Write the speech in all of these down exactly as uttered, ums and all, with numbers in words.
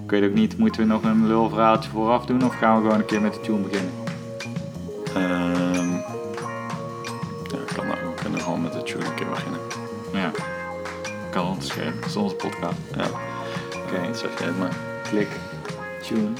Ik weet ook niet, moeten we nog een lulverhaaltje vooraf doen of gaan we gewoon een keer met de tune beginnen? Um, ja, kan nou, we kunnen gewoon met de tune een keer beginnen. Ja, kan ons schelen. Dat is onze podcast. Ja. Oké, okay, zeg jij het maar. Klik. Tune.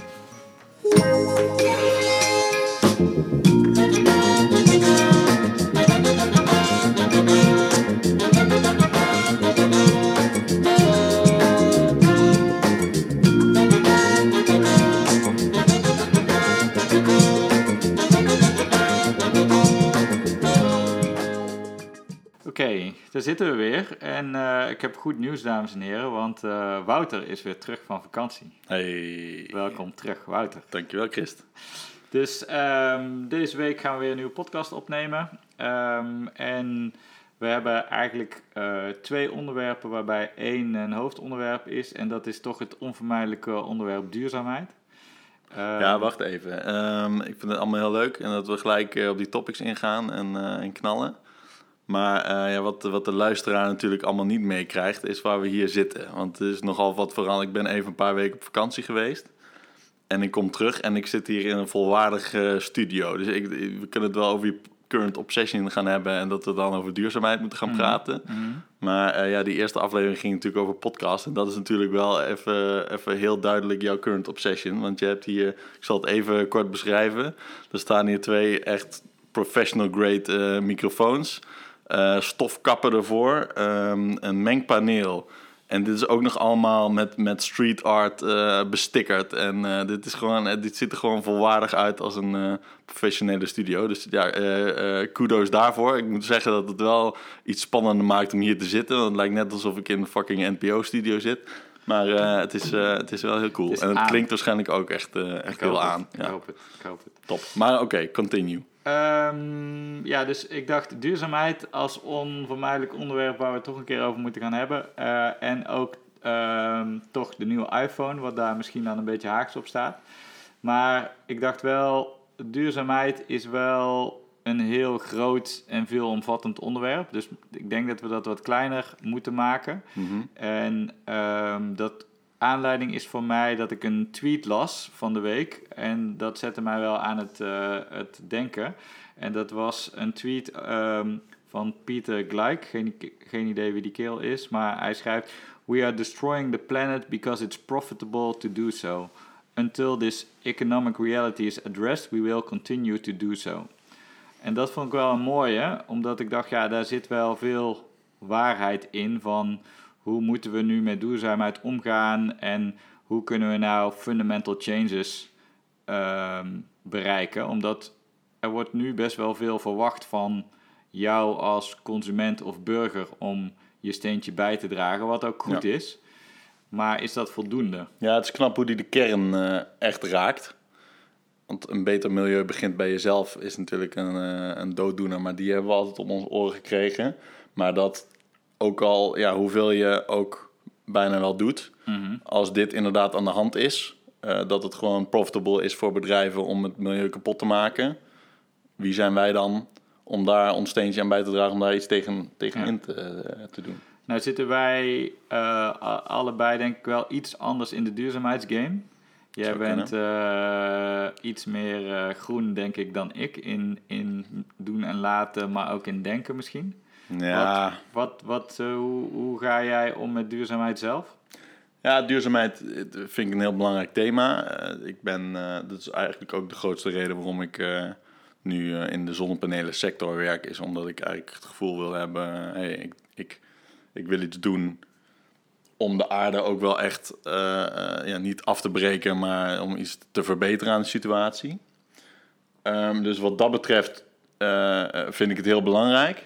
Oké, okay, daar zitten we weer. En uh, ik heb goed nieuws, dames en heren, want uh, Wouter is weer terug van vakantie. Hey. Welkom terug, Wouter. Dankjewel, Christ. Dus um, deze week gaan we weer een nieuwe podcast opnemen. Um, en we hebben eigenlijk uh, twee onderwerpen, waarbij één een hoofdonderwerp is. En dat is toch het onvermijdelijke onderwerp duurzaamheid. Um, ja, wacht even. Um, ik vind het allemaal heel leuk en dat we gelijk uh, op die topics ingaan en, uh, en knallen. Maar uh, ja, wat, wat de luisteraar natuurlijk allemaal niet meekrijgt, is waar we hier zitten. Want er is nogal wat veranderd. Ik ben even een paar weken op vakantie geweest. En ik kom terug en ik zit hier in een volwaardige studio. Dus ik, we kunnen het wel over je current obsession gaan hebben en dat we dan over duurzaamheid moeten gaan mm-hmm. praten. Mm-hmm. Maar uh, ja, die eerste aflevering ging natuurlijk over podcast. En dat is natuurlijk wel even, even heel duidelijk jouw current obsession. Want je hebt hier, ik zal het even kort beschrijven. Er staan hier twee echt professional grade uh, microfoons. Uh, stofkappen ervoor, um, een mengpaneel. En dit is ook nog allemaal met, met street art uh, bestickerd. En uh, dit, is gewoon, uh, dit ziet er gewoon volwaardig uit als een uh, professionele studio. Dus ja, uh, uh, kudos daarvoor. Ik moet zeggen dat het wel iets spannender maakt om hier te zitten. Want het lijkt net alsof ik in een fucking N P O-studio zit. Maar uh, het, is, uh, het is wel heel cool. Het en het aan. Klinkt waarschijnlijk ook echt, uh, echt heel aan. Ja. Ik hoop het, ik hoop het. Top. Maar oké, okay, continue. Um, ja, dus ik dacht duurzaamheid als onvermijdelijk onderwerp waar we het toch een keer over moeten gaan hebben. Uh, en ook um, toch de nieuwe iPhone, wat daar misschien dan een beetje haaks op staat. Maar ik dacht wel, duurzaamheid is wel een heel groot en veelomvattend onderwerp. Dus ik denk dat we dat wat kleiner moeten maken. Mm-hmm. En um, dat aanleiding is voor mij dat ik een tweet las van de week. En dat zette mij wel aan het, uh, het denken. En dat was een tweet um, van Peter Gleich. Geen, geen idee wie die kerel is. Maar hij schrijft: "We are destroying the planet because it's profitable to do so. Until this economic reality is addressed, we will continue to do so." En dat vond ik wel een mooie. Omdat ik dacht, ja, daar zit wel veel waarheid in van hoe moeten we nu met duurzaamheid omgaan en hoe kunnen we nou fundamental changes um, bereiken. Omdat er wordt nu best wel veel verwacht van jou als consument of burger om je steentje bij te dragen, wat ook goed ja. is. Maar is dat voldoende? Ja, het is knap hoe die de kern uh, echt raakt. Want een beter milieu begint bij jezelf is natuurlijk een, uh, een dooddoener, maar die hebben we altijd op onze oren gekregen. Maar dat ook al, ja, hoeveel je ook bijna wel doet, mm-hmm. als dit inderdaad aan de hand is, uh, dat het gewoon profitable is voor bedrijven om het milieu kapot te maken. Wie zijn wij dan om daar ons steentje aan bij te dragen, om daar iets tegen, tegenin ja. te, uh, te doen? Nou zitten wij uh, allebei denk ik wel iets anders in de duurzaamheidsgame. Jij bent uh, iets meer uh, groen, denk ik, dan ik. In, in doen en laten, maar ook in denken misschien. Ja. Wat, wat, wat, uh, hoe, hoe ga jij om met duurzaamheid zelf? Ja, duurzaamheid vind ik een heel belangrijk thema. Uh, ik ben, uh, dat is eigenlijk ook de grootste reden waarom ik uh, nu uh, in de zonnepanelen sector werk. Is omdat ik eigenlijk het gevoel wil hebben, uh, hey, ik, ik, ik wil iets doen om de aarde ook wel echt uh, uh, ja, niet af te breken, maar om iets te verbeteren aan de situatie. Um, dus wat dat betreft uh, vind ik het heel belangrijk.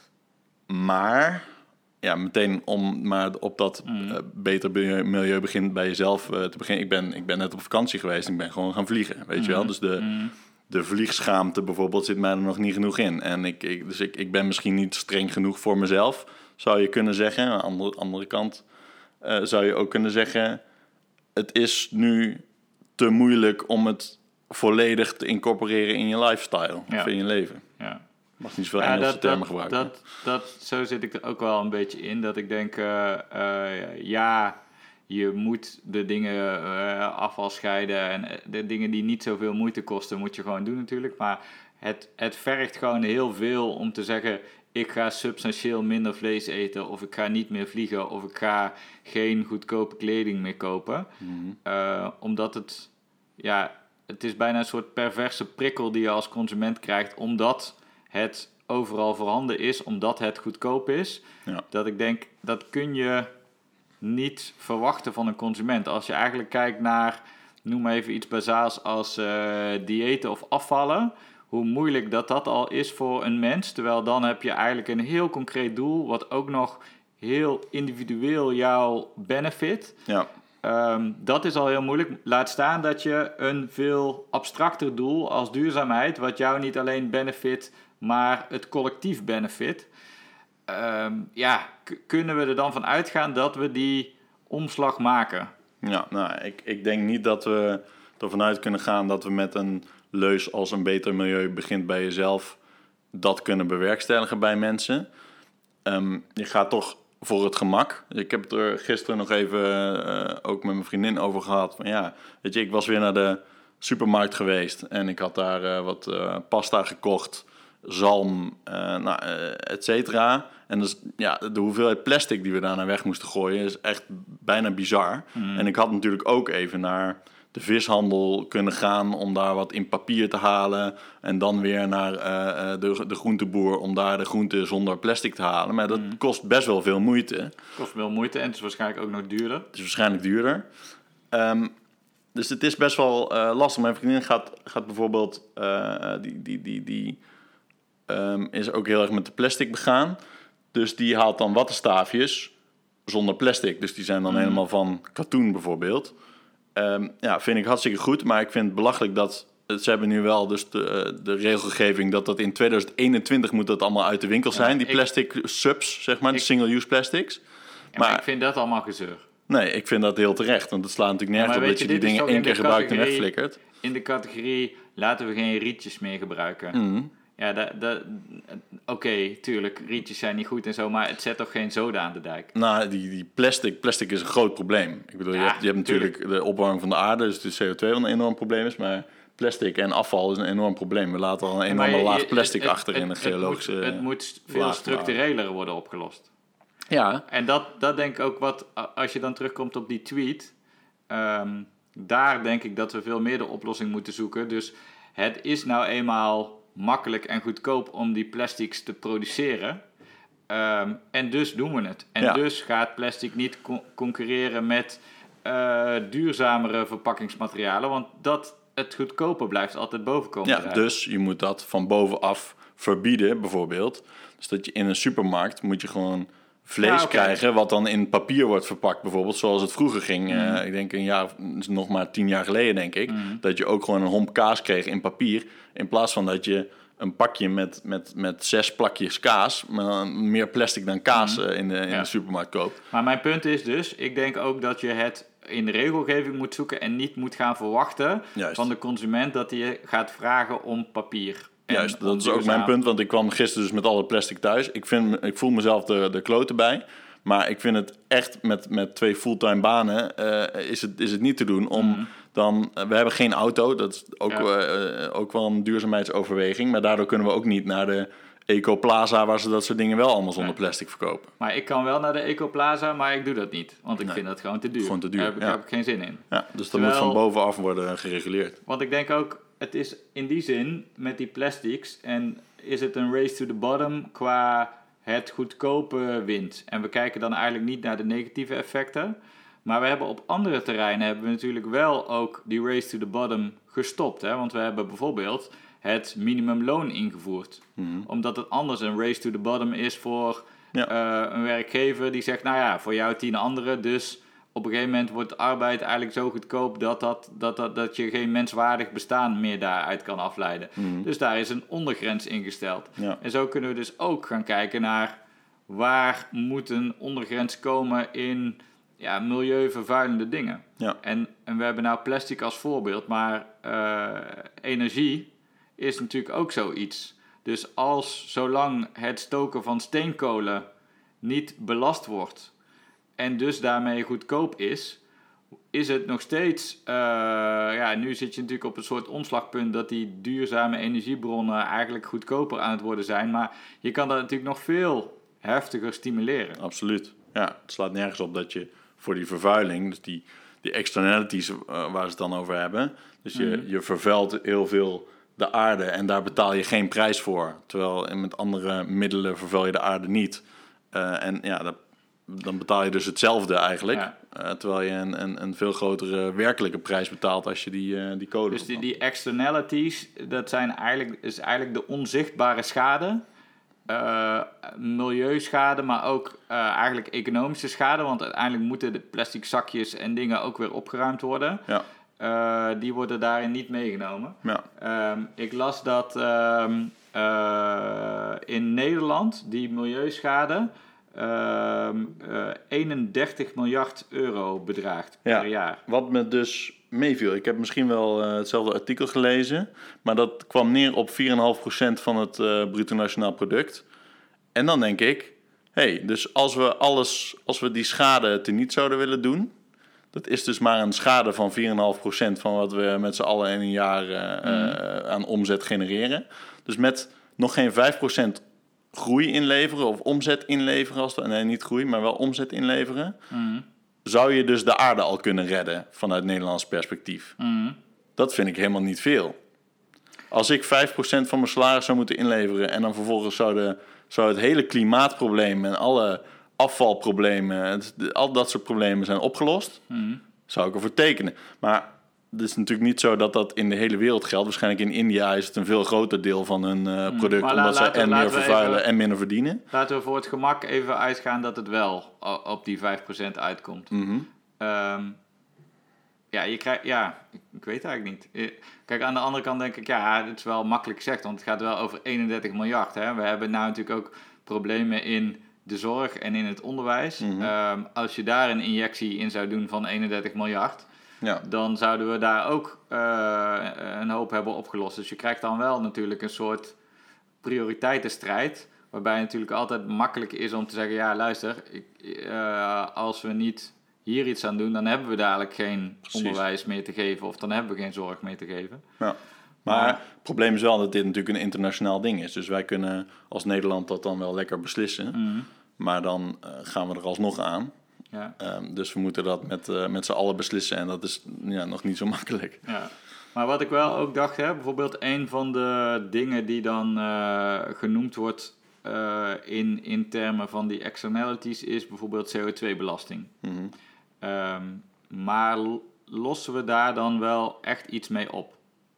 Maar ja, meteen om maar op dat mm. uh, beter milieu begint bij jezelf uh, te beginnen. Ik ben, ik ben net op vakantie geweest en ik ben gewoon gaan vliegen, weet mm. je wel. Dus de, mm. de vliegschaamte bijvoorbeeld zit mij er nog niet genoeg in. En ik, ik, dus ik, ik ben misschien niet streng genoeg voor mezelf, zou je kunnen zeggen. Aan de andere, andere kant uh, zou je ook kunnen zeggen, het is nu te moeilijk om het volledig te incorporeren in je lifestyle, ja. of in je leven. Ja. Mag niet zoveel ja, Engelse dat, termen dat, gebruiken. Dat, dat, zo zit ik er ook wel een beetje in. Dat ik denk, uh, uh, ja, je moet de dingen uh, afval scheiden en de dingen die niet zoveel moeite kosten, moet je gewoon doen natuurlijk. Maar het, het vergt gewoon heel veel om te zeggen, ik ga substantieel minder vlees eten, of ik ga niet meer vliegen, of ik ga geen goedkope kleding meer kopen. Mm-hmm. Uh, omdat het, ja, het is bijna een soort perverse prikkel die je als consument krijgt, omdat het overal voorhanden is, omdat het goedkoop is. Ja. Dat ik denk, dat kun je niet verwachten van een consument. Als je eigenlijk kijkt naar, noem maar even iets bazaals als uh, diëten of afvallen, hoe moeilijk dat dat al is voor een mens. Terwijl dan heb je eigenlijk een heel concreet doel, wat ook nog heel individueel jou benefit. Ja. Um, dat is al heel moeilijk. Laat staan dat je een veel abstracter doel als duurzaamheid, wat jou niet alleen benefit, maar het collectief benefit. Um, ja, k- kunnen we er dan van uitgaan dat we die omslag maken? Ja, nou, ik, ik denk niet dat we ervan uit kunnen gaan dat we met een leus als een beter milieu begint bij jezelf dat kunnen bewerkstelligen bij mensen. Um, je gaat toch voor het gemak. Ik heb het er gisteren nog even uh, ook met mijn vriendin over gehad. Van ja, weet je, ik was weer naar de supermarkt geweest en ik had daar uh, wat uh, pasta gekocht, zalm, uh, nou, uh, et cetera. En dus, ja, de hoeveelheid plastic die we daar naar weg moesten gooien is echt bijna bizar. Mm. En ik had natuurlijk ook even naar de vishandel kunnen gaan om daar wat in papier te halen. En dan weer naar uh, de, de groenteboer om daar de groenten zonder plastic te halen. Maar dat mm. kost best wel veel moeite. Het kost veel moeite en het is waarschijnlijk ook nog duurder. Het is waarschijnlijk duurder. Um, dus het is best wel uh, lastig. Mijn vriendin gaat, gaat bijvoorbeeld, uh, die, die, die, die um, is ook heel erg met de plastic begaan. Dus die haalt dan wattenstaafjes zonder plastic. Dus die zijn dan mm. helemaal van katoen bijvoorbeeld. Um, ja, vind ik hartstikke goed. Maar ik vind het belachelijk dat ze hebben nu wel dus de, de regelgeving dat dat in tweeduizend eenentwintig moet dat allemaal uit de winkel zijn. Ja, die plastic ik, subs, zeg maar, ik, de single-use plastics. Ja, maar, maar ik vind dat allemaal gezeur. Nee, ik vind dat heel terecht. Want het slaat natuurlijk nergens ja, op dat je, je die dingen één keer gebruikt en wegflikkert. In de categorie, laten we geen rietjes meer gebruiken. Mm. Ja, dat, dat, oké, okay, tuurlijk, rietjes zijn niet goed en zo, maar het zet toch geen zoden aan de dijk? Nou, die, die plastic, plastic is een groot probleem. Ik bedoel, ja, je hebt, je hebt natuurlijk de opwarming van de aarde, dus de C O twee wat een enorm probleem is, maar plastic en afval is een enorm probleem. We laten al een enorme ja, laag plastic het, achter het, in de geologische... Het moet, het moet veel structureler worden opgelost. Ja. En dat, dat denk ik ook wat, als je dan terugkomt op die tweet, um, daar denk ik dat we veel meer de oplossing moeten zoeken. Dus het is nou eenmaal makkelijk en goedkoop om die plastics te produceren. Um, en dus doen we het. En ja. dus gaat plastic niet co- concurreren met uh, duurzamere verpakkingsmaterialen, want dat het goedkoper blijft altijd boven komen. Ja, dus je moet dat van bovenaf verbieden, bijvoorbeeld. Dus dat je in een supermarkt moet je gewoon vlees ja, okay. krijgen, wat dan in papier wordt verpakt, bijvoorbeeld, zoals het vroeger ging. Mm. Uh, ik denk een jaar, nog maar tien jaar geleden, denk ik, mm. dat je ook gewoon een homp kaas kreeg in papier, in plaats van dat je een pakje met, met, met zes plakjes kaas, maar dan meer plastic dan kaas mm. uh, in, de, in ja. de supermarkt koopt. Maar mijn punt is dus, ik denk ook dat je het in de regelgeving moet zoeken en niet moet gaan verwachten Juist. van de consument dat hij gaat vragen om papier. Juist, dat is ook mijn punt, want ik kwam gisteren dus met alle plastic thuis. Ik, vind, ik voel mezelf de, de klote bij, maar ik vind het echt met, met twee fulltime banen uh, is, het, is het niet te doen om mm. dan... Uh, we hebben geen auto, dat is ook, ja. uh, ook wel een duurzaamheidsoverweging, maar daardoor kunnen we ook niet naar de Ecoplaza waar ze dat soort dingen wel allemaal zonder ja. plastic verkopen. Maar ik kan wel naar de Ecoplaza, maar ik doe dat niet, want ik nee. vind dat gewoon te duur. Gewoon te duur, Daar heb, ja. heb ik geen zin in. Ja, dus dat Terwijl, moet van bovenaf worden gereguleerd. Want ik denk ook, het is in die zin met die plastics en is het een race to the bottom qua het goedkope wint. En we kijken dan eigenlijk niet naar de negatieve effecten. Maar we hebben op andere terreinen hebben we natuurlijk wel ook die race to the bottom gestopt. Hè? Want we hebben bijvoorbeeld het minimumloon ingevoerd. Mm-hmm. Omdat het anders een race to the bottom is voor ja. uh, een werkgever die zegt, nou ja, voor jou tien anderen, dus op een gegeven moment wordt arbeid eigenlijk zo goedkoop dat, dat, dat, dat, dat je geen menswaardig bestaan meer daaruit kan afleiden. Mm. Dus daar is een ondergrens ingesteld. Ja. En zo kunnen we dus ook gaan kijken naar waar moet een ondergrens komen in ja, milieuvervuilende dingen. Ja. En, en we hebben nou plastic als voorbeeld, maar uh, energie is natuurlijk ook zoiets. Dus als zolang het stoken van steenkolen niet belast wordt en dus daarmee goedkoop is, is het nog steeds... Uh, ja, nu zit je natuurlijk op een soort omslagpunt dat die duurzame energiebronnen eigenlijk goedkoper aan het worden zijn. Maar je kan dat natuurlijk nog veel heftiger stimuleren. Absoluut. Ja, het slaat nergens op dat je voor die vervuiling, dus die, die externalities uh, waar ze het dan over hebben, dus je, mm-hmm. je vervuilt heel veel de aarde en daar betaal je geen prijs voor. Terwijl met andere middelen vervuil je de aarde niet. Uh, en ja, dat, dan betaal je dus hetzelfde eigenlijk. Ja. Uh, terwijl je een, een, een veel grotere werkelijke prijs betaalt als je die, uh, die code... Dus die, die externalities, dat zijn eigenlijk, is eigenlijk de onzichtbare schade. Uh, milieuschade, maar ook uh, eigenlijk economische schade. Want uiteindelijk moeten de plastic zakjes en dingen ook weer opgeruimd worden. Ja. Uh, die worden daarin niet meegenomen. Ja. Um, ik las dat um, uh, in Nederland die milieuschade um, uh, eenendertig miljard euro bedraagt ja, per jaar. Wat me dus meeviel, ik heb misschien wel uh, hetzelfde artikel gelezen, maar dat kwam neer op vier komma vijf procent van het uh, bruto nationaal product. En dan denk ik, hé, hey, dus als we alles, als we die schade teniet zouden willen doen, dat is dus maar een schade van vier komma vijf procent van wat we met z'n allen in een jaar uh, mm. uh, aan omzet genereren. Dus met nog geen vijf procent groei inleveren of omzet inleveren, als we, nee niet groei, maar wel omzet inleveren, mm. zou je dus de aarde al kunnen redden vanuit Nederlands perspectief. Mm. Dat vind ik helemaal niet veel. Als ik vijf procent van mijn salaris zou moeten inleveren en dan vervolgens zou, de, zou het hele klimaatprobleem en alle afvalproblemen, het, al dat soort problemen zijn opgelost, mm. zou ik ervoor tekenen. Maar het is natuurlijk niet zo dat dat in de hele wereld geldt. Waarschijnlijk in India is het een veel groter deel van hun uh, product, mm. omdat ze en meer vervuilen even, en minder verdienen. Laten we voor het gemak even uitgaan dat het wel op die vijf procent uitkomt. Mm-hmm. Um, ja, je krijgt, ja, ik weet het eigenlijk niet. Kijk, aan de andere kant denk ik, ja, het is wel makkelijk gezegd, want het gaat wel over eenendertig miljard. Hè? We hebben nou natuurlijk ook problemen in de zorg en in het onderwijs. Mm-hmm. Um, als je daar een injectie in zou doen van eenendertig miljard, ja. dan zouden we daar ook uh, een hoop hebben opgelost. Dus je krijgt dan wel natuurlijk een soort prioriteitenstrijd, waarbij het natuurlijk altijd makkelijk is om te zeggen, ja, luister, ik, uh, als we niet hier iets aan doen, dan hebben we dadelijk geen Precies. onderwijs meer te geven, of dan hebben we geen zorg meer te geven. Ja. Maar het probleem is wel dat dit natuurlijk een internationaal ding is. Dus wij kunnen als Nederland dat dan wel lekker beslissen. Mm-hmm. Maar dan uh, gaan we er alsnog aan. Ja. Um, dus we moeten dat met, uh, met z'n allen beslissen. En dat is ja, nog niet zo makkelijk. Ja. Maar wat ik wel ook dacht, hè, bijvoorbeeld een van de dingen die dan uh, genoemd wordt uh, in, in termen van die externalities is bijvoorbeeld C O twee belasting. Mm-hmm. Um, maar lossen we daar dan wel echt iets mee op?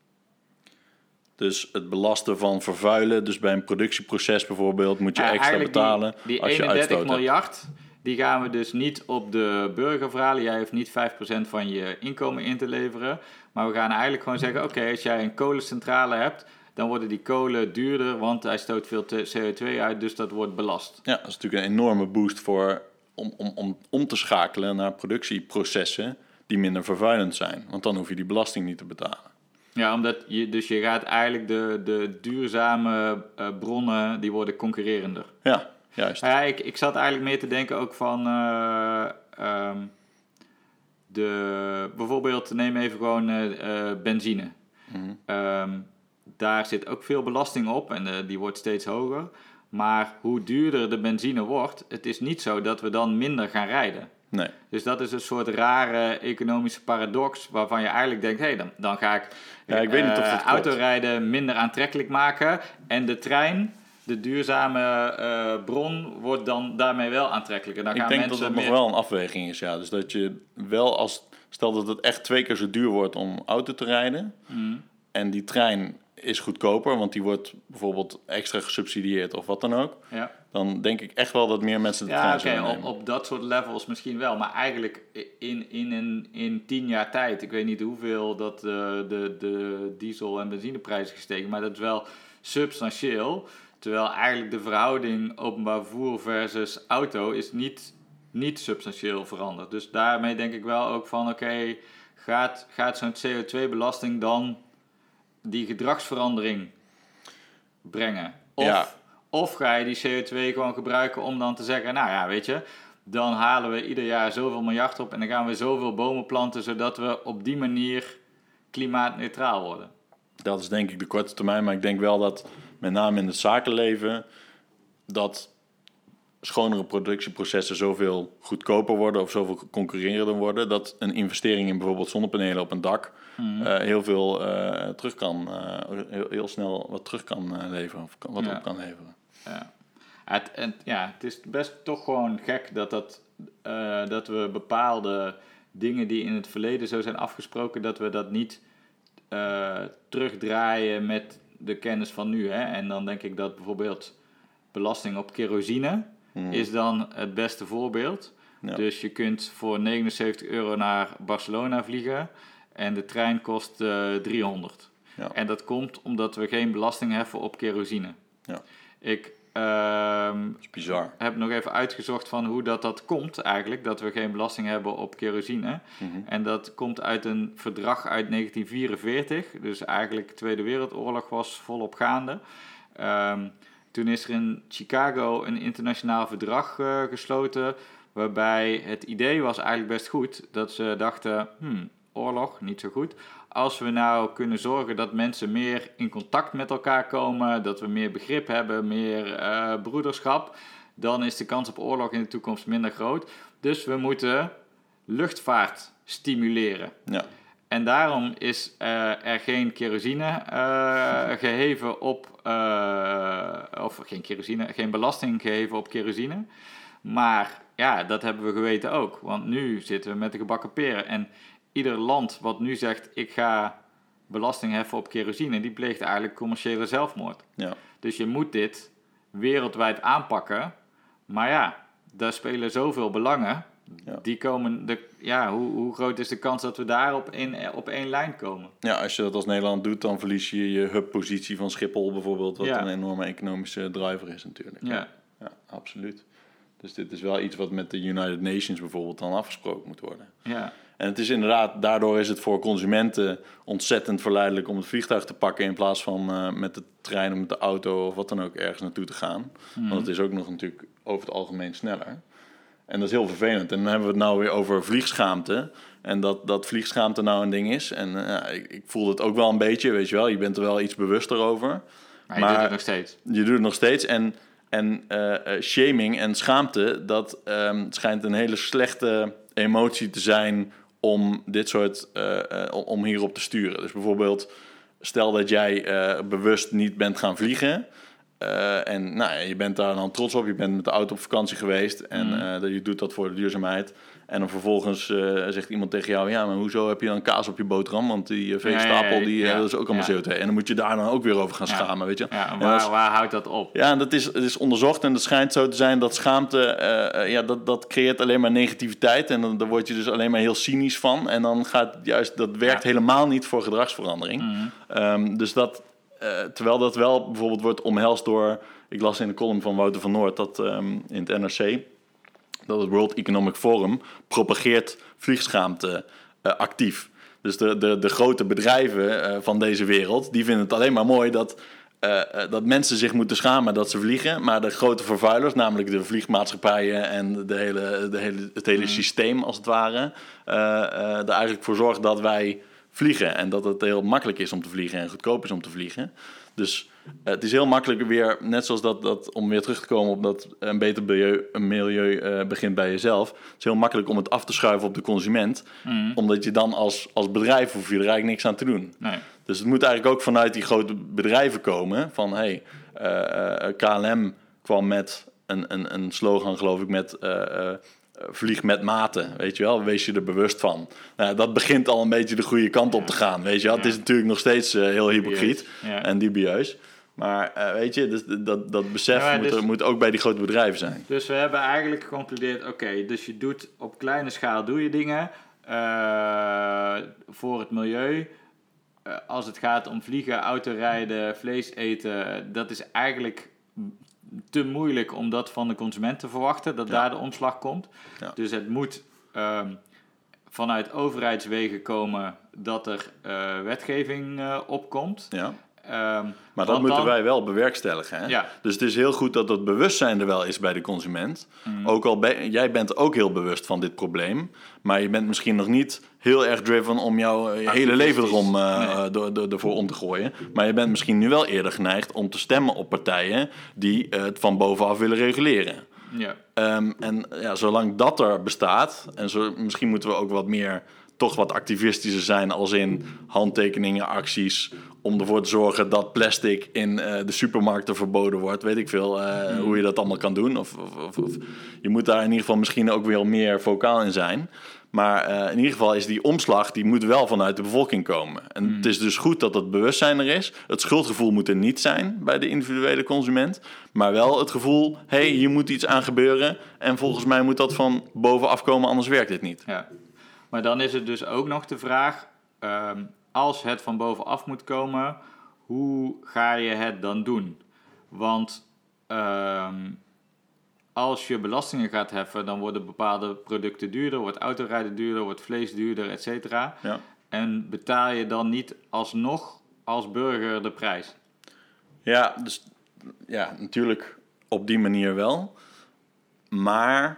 Dus het belasten van vervuilen, dus bij een productieproces bijvoorbeeld, moet je ja, extra betalen die, die als je eenendertig miljard, die gaan we dus niet op de burger verhalen. Jij hoeft niet vijf procent van je inkomen in te leveren. Maar we gaan eigenlijk gewoon zeggen, oké, okay, als jij een kolencentrale hebt, dan worden die kolen duurder, want hij stoot veel C O twee uit, dus dat wordt belast. Ja, dat is natuurlijk een enorme boost voor om, om, om, om te schakelen naar productieprocessen die minder vervuilend zijn. Want dan hoef je die belasting niet te betalen. Ja, omdat je, dus je gaat eigenlijk de, de duurzame uh, bronnen, die worden concurrerender. Ja, juist. Ja, ik, ik zat eigenlijk meer te denken ook van, uh, um, de, bijvoorbeeld neem even gewoon uh, uh, benzine. Mm-hmm. Um, daar zit ook veel belasting op en uh, die wordt steeds hoger. Maar hoe duurder de benzine wordt, het is niet zo dat we dan minder gaan rijden. Nee. Dus dat is een soort rare economische paradox waarvan je eigenlijk denkt, hé, hey, dan, dan ga ik, ja, ik weet niet of dat uh, autorijden minder aantrekkelijk maken. En de trein, de duurzame uh, bron, wordt dan daarmee wel aantrekkelijker. Dan ik gaan denk mensen dat het meer... nog wel een afweging is, ja. Dus dat je wel als, stel dat het echt twee keer zo duur wordt om auto te rijden. Mm. En die trein is goedkoper, want die wordt bijvoorbeeld extra gesubsidieerd of wat dan ook. Ja. Dan denk ik echt wel dat meer mensen de ja, trein okay, zullen nemen. Op, op dat soort levels misschien wel. Maar eigenlijk in, in, in, in tien jaar tijd, ik weet niet hoeveel dat uh, de, de diesel- en benzineprijs is gestegen, maar dat is wel substantieel. Terwijl eigenlijk de verhouding openbaar vervoer versus auto is niet, niet substantieel veranderd. Dus daarmee denk ik wel ook van, oké, okay, gaat, gaat zo'n C O twee belasting dan die gedragsverandering brengen? Of, ja. of ga je die C O twee gewoon gebruiken om dan te zeggen, nou ja, weet je, dan halen we ieder jaar zoveel miljard op en dan gaan we zoveel bomen planten, zodat we op die manier klimaatneutraal worden. Dat is denk ik de korte termijn, maar ik denk wel dat met name in het zakenleven dat schonere productieprocessen zoveel goedkoper worden of zoveel concurrerender worden, dat een investering in bijvoorbeeld zonnepanelen op een dak mm. uh, heel veel uh, terug kan, uh, heel, heel snel wat terug kan uh, leveren of kan, wat ja. op kan leveren. Ja. Het, en, ja, het is best toch gewoon gek dat, dat, uh, dat we bepaalde dingen die in het verleden zo zijn afgesproken, dat we dat niet uh, terugdraaien met de kennis van nu. Hè? En dan denk ik dat bijvoorbeeld belasting op kerosine hmm. is dan het beste voorbeeld. Ja. Dus je kunt voor negenenzeventig euro naar Barcelona vliegen en de trein kost uh, driehonderd. Ja. En dat komt omdat we geen belasting heffen op kerosine. Ja. Ik um, dat is bizar. heb nog even uitgezocht van hoe dat, dat komt eigenlijk, dat we geen belasting hebben op kerosine. Mm-hmm. En dat komt uit een verdrag uit negentien vierenveertig. Dus eigenlijk de Tweede Wereldoorlog was volop gaande. Um, toen is er in Chicago een internationaal verdrag uh, gesloten, waarbij het idee was eigenlijk best goed. Dat ze dachten, hmm, oorlog, niet zo goed. Als we nou kunnen zorgen dat mensen meer in contact met elkaar komen, dat we meer begrip hebben, meer uh, broederschap, dan is de kans op oorlog in de toekomst minder groot. Dus we moeten luchtvaart stimuleren. Ja. En daarom is uh, er geen kerosine uh, geheven op, uh, of geen kerosine, geen belasting geheven op kerosine. Maar ja, dat hebben we geweten ook, want nu zitten we met de gebakken peren. En ieder land wat nu zegt, ik ga belasting heffen op kerosine, die pleegt eigenlijk commerciële zelfmoord. Ja. Dus je moet dit wereldwijd aanpakken. Maar ja, daar spelen zoveel belangen. Ja. Die komen de, ja, hoe, hoe groot is de kans dat we daar op, in, op één lijn komen? Ja, als je dat als Nederland doet, dan verlies je je hubpositie van Schiphol bijvoorbeeld, wat ja. een enorme economische driver is natuurlijk. Ja. Ja. Ja, absoluut. Dus dit is wel iets wat met de United Nations bijvoorbeeld dan afgesproken moet worden. Ja. En het is inderdaad, daardoor is het voor consumenten ontzettend verleidelijk om het vliegtuig te pakken in plaats van uh, met de trein of met de auto of wat dan ook ergens naartoe te gaan. Mm. Want het is ook nog natuurlijk over het algemeen sneller. En dat is heel vervelend. En dan hebben we het nou weer over vliegschaamte. En dat, dat vliegschaamte nou een ding is. En uh, ik, ik voel het ook wel een beetje, weet je wel. Je bent er wel iets bewuster over. Maar je maar doet het nog steeds. Je doet het nog steeds. En, en uh, shaming en schaamte, dat um, schijnt een hele slechte emotie te zijn om dit soort, uh, uh, om hierop te sturen. Dus bijvoorbeeld, stel dat jij uh, bewust niet bent gaan vliegen. Uh, en nou, je bent daar dan trots op. Je bent met de auto op vakantie geweest. En uh, je doet dat voor de duurzaamheid. En dan vervolgens uh, zegt iemand tegen jou, ja, maar hoezo heb je dan kaas op je boterham? Want die uh, veestapel, ja, ja, ja, die, ja. Uh, dat is ook allemaal ja. C O twee. En dan moet je daar dan ook weer over gaan ja. schamen, weet je. Ja, waar, is, waar houdt dat op? Ja, dat is, het is onderzocht en het schijnt zo te zijn dat schaamte, uh, ja, dat, dat creëert alleen maar negativiteit. En dan, dan word je dus alleen maar heel cynisch van. En dan gaat juist, dat werkt ja. helemaal niet voor gedragsverandering. Mm-hmm. Um, dus dat, uh, terwijl dat wel bijvoorbeeld wordt omhelst door, ik las in de column van Wouter van Noord, dat um, in het N R C, dat het World Economic Forum propageert vliegschaamte uh, actief. Dus de, de, de grote bedrijven uh, van deze wereld, die vinden het alleen maar mooi dat, uh, uh, dat mensen zich moeten schamen dat ze vliegen. Maar de grote vervuilers, namelijk de vliegmaatschappijen en de hele, de hele, het hele mm. systeem als het ware, uh, uh, er eigenlijk voor zorgt dat wij vliegen. En dat het heel makkelijk is om te vliegen en goedkoop is om te vliegen. Dus uh, het is heel makkelijk weer, net zoals dat, dat om weer terug te komen op dat een beter milieu, een milieu uh, begint bij jezelf. Het is heel makkelijk om het af te schuiven op de consument. Mm. Omdat je dan als, als bedrijf hoef je er eigenlijk niks aan te doen. Nee. Dus het moet eigenlijk ook vanuit die grote bedrijven komen. Van hey, uh, uh, K L M kwam met een, een, een slogan geloof ik met Uh, uh, vlieg met mate, weet je wel, wees je er bewust van. Nou, dat begint al een beetje de goede kant op te gaan, weet je wel. Ja. Het is natuurlijk nog steeds uh, heel hypocriet ja. en dubieus. Maar uh, weet je, dus, dat, dat besef ja, moet, dus, er, moet ook bij die grote bedrijven zijn. Dus we hebben eigenlijk geconcludeerd, oké, okay, dus je doet op kleine schaal doe je dingen uh, voor het milieu. Uh, als het gaat om vliegen, autorijden, vlees eten, dat is eigenlijk te moeilijk om dat van de consument te verwachten, dat ja. daar de omslag komt. Ja. Dus het moet um, vanuit overheidswegen komen dat er uh, wetgeving uh, opkomt. Ja. Um, maar dat moeten dan... wij wel bewerkstelligen. Hè? Ja. Dus het is heel goed dat dat bewustzijn er wel is bij de consument. Mm. Ook al ben, jij bent ook heel bewust van dit probleem. Maar je bent misschien nog niet heel erg driven om jouw je hele leven erom, uh, nee. door, door, ervoor om te gooien. Maar je bent misschien nu wel eerder geneigd om te stemmen op partijen die uh, het van bovenaf willen reguleren. Ja. Um, en ja, zolang dat er bestaat, en zo, misschien moeten we ook wat meer... toch wat activistischer zijn als in handtekeningen, acties... om ervoor te zorgen dat plastic in uh, de supermarkten verboden wordt. Weet ik veel uh, mm. hoe je dat allemaal kan doen. Of, of, of, je moet daar in ieder geval misschien ook weer meer vocaal in zijn. Maar uh, in ieder geval is die omslag... die moet wel vanuit de bevolking komen. En mm. het is dus goed dat het bewustzijn er is. Het schuldgevoel moet er niet zijn bij de individuele consument. Maar wel het gevoel, hé, hey, hier moet iets aan gebeuren... en volgens mij moet dat van bovenaf komen, anders werkt dit niet. Ja. Maar dan is het dus ook nog de vraag, um, als het van bovenaf moet komen, hoe ga je het dan doen? Want um, als je belastingen gaat heffen, dan worden bepaalde producten duurder, wordt autorijden duurder, wordt vlees duurder, et cetera. Ja. En betaal je dan niet alsnog als burger de prijs? Ja, dus ja, natuurlijk op die manier wel. Maar...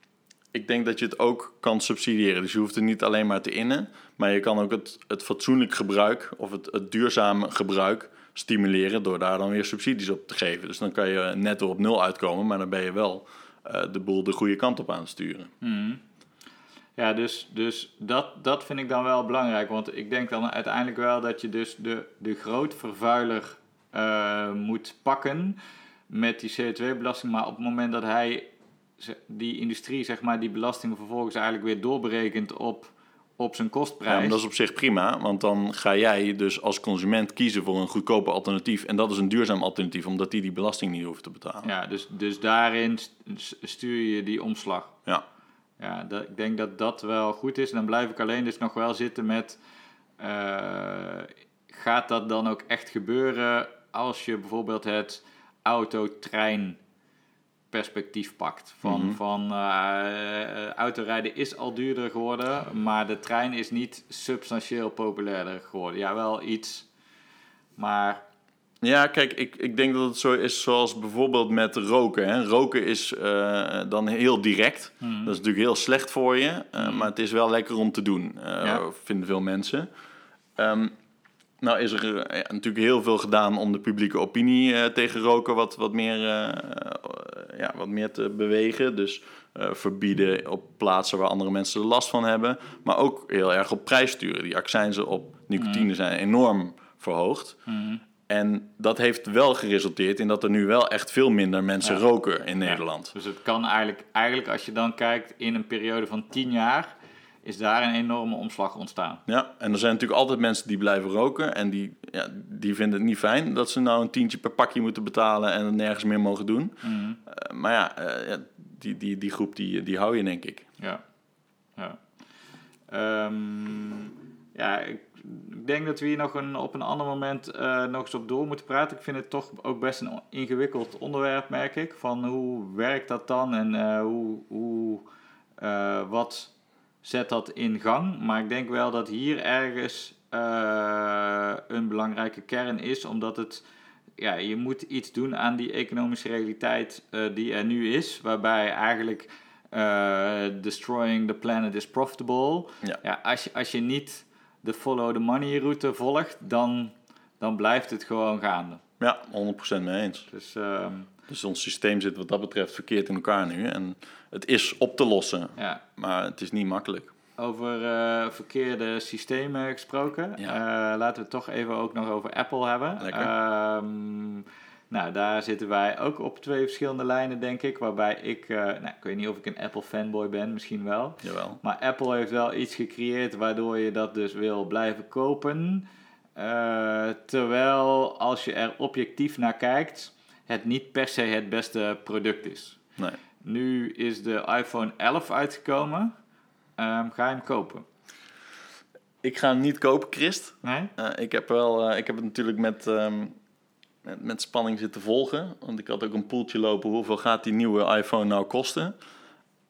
ik denk dat je het ook kan subsidiëren. Dus je hoeft het niet alleen maar te innen... maar je kan ook het, het fatsoenlijk gebruik... of het, het duurzame gebruik stimuleren... door daar dan weer subsidies op te geven. Dus dan kan je netto op nul uitkomen... maar dan ben je wel uh, de boel de goede kant op aan het sturen. Mm. Ja, dus, dus dat, dat vind ik dan wel belangrijk. Want ik denk dan uiteindelijk wel dat je dus de, de grootvervuiler uh, moet pakken... met die C O twee belasting. Maar op het moment dat hij... die industrie, zeg maar, die belastingen vervolgens eigenlijk weer doorberekent op, op zijn kostprijs. Ja, maar dat is op zich prima, want dan ga jij dus als consument kiezen voor een goedkoper alternatief. En dat is een duurzaam alternatief, omdat die die belasting niet hoeft te betalen. Ja, dus, dus daarin stuur je die omslag. Ja. Ja, dat, ik denk dat dat wel goed is. En dan blijf ik alleen dus nog wel zitten met... Uh, gaat dat dan ook echt gebeuren als je bijvoorbeeld het auto-trein... perspectief pakt. Van, mm-hmm. van uh, autorijden is al duurder geworden, maar de trein is niet substantieel populairder geworden. Ja, wel iets, maar... Ja, kijk, ik, ik denk dat het zo is zoals bijvoorbeeld met roken. Hè. Roken is uh, dan heel direct. Mm-hmm. Dat is natuurlijk heel slecht voor je, uh, mm-hmm. maar het is wel lekker om te doen, uh, ja. vinden veel mensen. Um, Nou is er uh, ja, natuurlijk heel veel gedaan om de publieke opinie uh, tegen roken wat, wat, meer, uh, uh, ja, wat meer te bewegen. Dus uh, verbieden op plaatsen waar andere mensen er last van hebben. Maar ook heel erg op prijs sturen. Die accijnzen op nicotine mm. zijn enorm verhoogd. Mm. En dat heeft wel geresulteerd in dat er nu wel echt veel minder mensen ja. roken in Nederland. Ja. Dus het kan eigenlijk, eigenlijk, als je dan kijkt in een periode van tien jaar... is daar een enorme omslag ontstaan. Ja, en er zijn natuurlijk altijd mensen die blijven roken... en die, ja, die vinden het niet fijn dat ze nou een tientje per pakje moeten betalen... en het nergens meer mogen doen. Mm-hmm. Uh, maar ja, uh, ja die, die, die groep die, die hou je, denk ik. Ja, ja. Um, ja, ik, ik denk dat we hier nog een, op een ander moment uh, nog eens op door moeten praten. Ik vind het toch ook best een ingewikkeld onderwerp, merk ik. Van hoe werkt dat dan en uh, hoe, hoe uh, wat... zet dat in gang, maar ik denk wel dat hier ergens uh, een belangrijke kern is, omdat het, ja, je moet iets doen aan die economische realiteit uh, die er nu is, waarbij eigenlijk uh, destroying the planet is profitable. Ja. Ja, als je, als je niet de follow the money route volgt, dan, dan blijft het gewoon gaande. Ja, honderd procent mee eens. Dus, uh, dus ons systeem zit wat dat betreft verkeerd in elkaar nu. En het is op te lossen, ja. maar het is niet makkelijk. Over uh, verkeerde systemen gesproken. Ja. Uh, laten we het toch even ook nog over Apple hebben. Um, nou, daar zitten wij ook op twee verschillende lijnen, denk ik. Waarbij ik, uh, nou, ik weet niet of ik een Apple fanboy ben, misschien wel. Jawel. Maar Apple heeft wel iets gecreëerd waardoor je dat dus wil blijven kopen. Uh, terwijl, als je er objectief naar kijkt, het niet per se het beste product is. Nee. Nu is de iPhone elf uitgekomen. Um, ga je hem kopen? Ik ga hem niet kopen, Christ. Nee? Uh, ik, heb wel, uh, ik heb het natuurlijk met, um, met, met spanning zitten volgen. Want ik had ook een poeltje lopen. Hoeveel gaat die nieuwe iPhone nou kosten?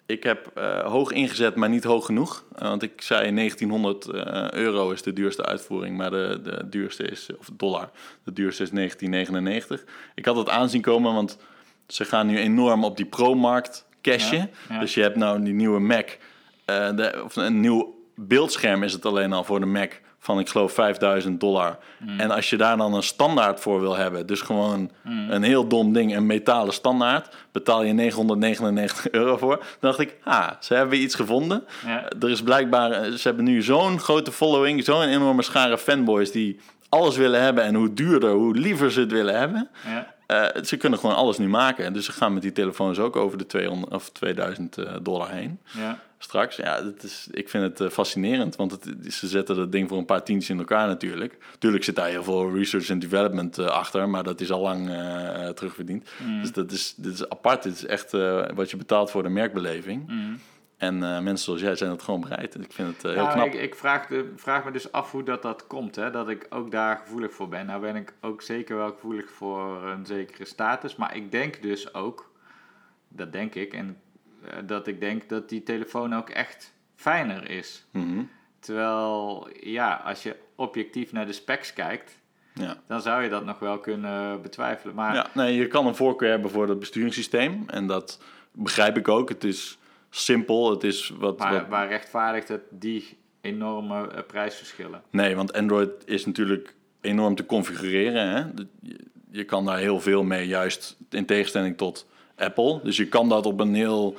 Ik heb uh, hoog ingezet, maar niet hoog genoeg. Uh, want ik zei negentienhonderd uh, euro is de duurste uitvoering, maar de, de duurste is, of dollar, de duurste is negentien negenennegentig. Ik had het aanzien komen, want ze gaan nu enorm op die pro-markt cashen. Ja, ja. Dus je hebt nou die nieuwe Mac, uh, de, of een nieuw beeldscherm is het alleen al voor de Mac van, ik geloof, vijfduizend dollar. Mm. En als je daar dan een standaard voor wil hebben, dus gewoon mm. een heel dom ding, een metalen standaard, betaal je negenhonderdnegenennegentig euro voor. Dan dacht ik, ah, ze hebben iets gevonden. Ja. Er is blijkbaar, ze hebben nu zo'n grote following, zo'n enorme schare fanboys die alles willen hebben en hoe duurder, hoe liever ze het willen hebben. Ja. Uh, ze kunnen gewoon alles nu maken. Dus ze gaan met die telefoons ook over de tweehonderd of tweeduizend dollar heen. Ja. Straks, ja, dat is, ik vind het uh, fascinerend, want het, ze zetten dat ding voor een paar tientjes in elkaar natuurlijk. Tuurlijk zit daar heel veel research en development uh, achter, maar dat is al lang uh, terugverdiend. Mm. Dus dat is, dit is apart, dit is echt uh, wat je betaalt voor de merkbeleving. Mm. En uh, mensen zoals jij zijn dat gewoon bereid. Ik vind het uh, heel nou, knap. Ik, ik vraag, de, vraag me dus af hoe dat, dat komt, hè? Dat ik ook daar gevoelig voor ben. Nou ben ik ook zeker wel gevoelig voor een zekere status, maar ik denk dus ook, dat denk ik, en uh, dat ik denk dat die telefoon ook echt fijner is. Mm-hmm. Terwijl, ja, als je objectief naar de specs kijkt, ja. dan zou je dat nog wel kunnen betwijfelen. Maar ja, nee, je kan een voorkeur hebben voor het besturingssysteem en dat begrijp ik ook. Het is simpel, het is wat... Maar wat... waar rechtvaardigt het die enorme uh, prijsverschillen? Nee, want Android is natuurlijk enorm te configureren. Hè? Je, je kan daar heel veel mee, juist in tegenstelling tot Apple. Dus je kan dat op een heel...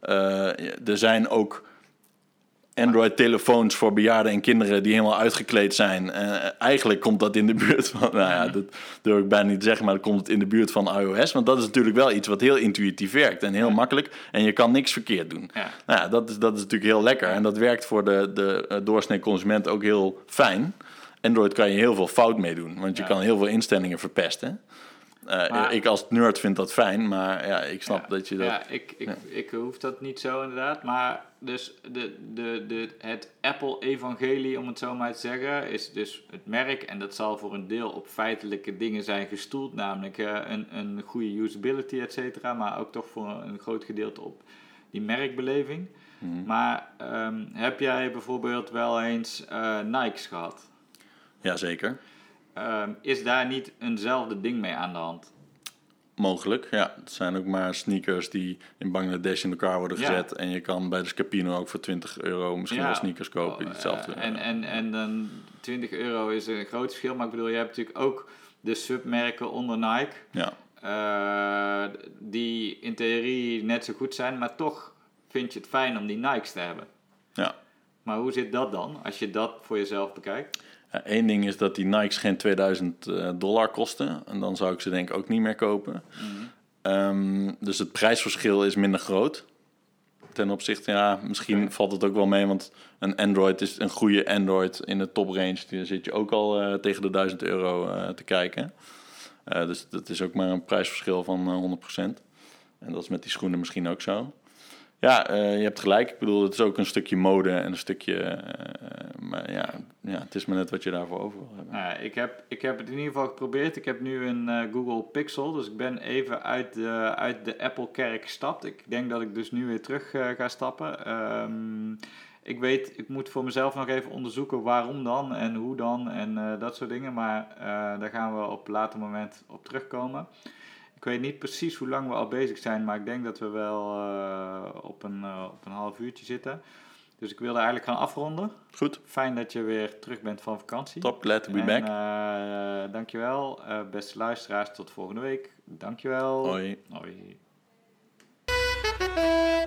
Uh, er zijn ook Android-telefoons voor bejaarden en kinderen die helemaal uitgekleed zijn. Uh, eigenlijk komt dat in de buurt van... Nou ja, dat durf ik bijna niet te zeggen, maar dan komt het in de buurt van iOS. Want dat is natuurlijk wel iets wat heel intuïtief werkt en heel ja. makkelijk. En je kan niks verkeerd doen. Ja. Nou ja, dat is, dat is natuurlijk heel lekker. En dat werkt voor de, de uh, doorsnee consument ook heel fijn. Android kan je heel veel fout mee doen, want je ja. kan heel veel instellingen verpesten. Uh, maar, ik als nerd vind dat fijn, maar ja, ik snap ja, dat je dat... Ja, ik, ik, ja. ik hoef dat niet zo inderdaad, maar dus de, de, de, het Apple-evangelie, om het zo maar te zeggen, is dus het merk, en dat zal voor een deel op feitelijke dingen zijn gestoeld, namelijk uh, een, een goede usability, et cetera, maar ook toch voor een groot gedeelte op die merkbeleving. Mm-hmm. Maar um, heb jij bijvoorbeeld wel eens uh, Nikes gehad? Jazeker. Um, is daar niet eenzelfde ding mee aan de hand? Mogelijk, ja. Het zijn ook maar sneakers die in Bangladesh in elkaar worden gezet. Ja. En je kan bij de Scapino ook voor twintig euro misschien ja. wel sneakers kopen. Die hetzelfde, uh, en, en, en dan twintig euro is een groot verschil. Maar ik bedoel, je hebt natuurlijk ook de submerken onder Nike. Ja. Uh, die in theorie net zo goed zijn. Maar toch vind je het fijn om die Nikes te hebben. Ja. Maar hoe zit dat dan, als je dat voor jezelf bekijkt? Ja, één ding is dat die Nikes geen tweeduizend dollar kosten. En dan zou ik ze denk ik ook niet meer kopen. Mm-hmm. Um, dus het prijsverschil is minder groot. Ten opzichte, ja, misschien okay. valt het ook wel mee. Want een Android is een goede Android in de top range. Daar zit je ook al uh, tegen de duizend euro uh, te kijken. Uh, dus dat is ook maar een prijsverschil van uh, honderd procent. En dat is met die schoenen misschien ook zo. Ja, uh, je hebt gelijk. Ik bedoel, het is ook een stukje mode en een stukje... Uh, maar ja, ja, het is maar net wat je daarvoor over wil hebben. Nou ja, ik, heb, ik heb het in ieder geval geprobeerd. Ik heb nu een uh, Google Pixel, dus ik ben even uit de, uit de Apple-kerk gestapt. Ik denk dat ik dus nu weer terug uh, ga stappen. Um, ik weet, ik moet voor mezelf nog even onderzoeken waarom dan en hoe dan en uh, dat soort dingen. Maar uh, daar gaan we op een later moment op terugkomen. Ik weet niet precies hoe lang we al bezig zijn, maar ik denk dat we wel uh, op, een, uh, op een half uurtje zitten. Dus ik wilde eigenlijk gaan afronden. Goed. Fijn dat je weer terug bent van vakantie. Top, glad to be en, back. Uh, dankjewel. Uh, beste luisteraars, tot volgende week. Dankjewel. Hoi. Hoi.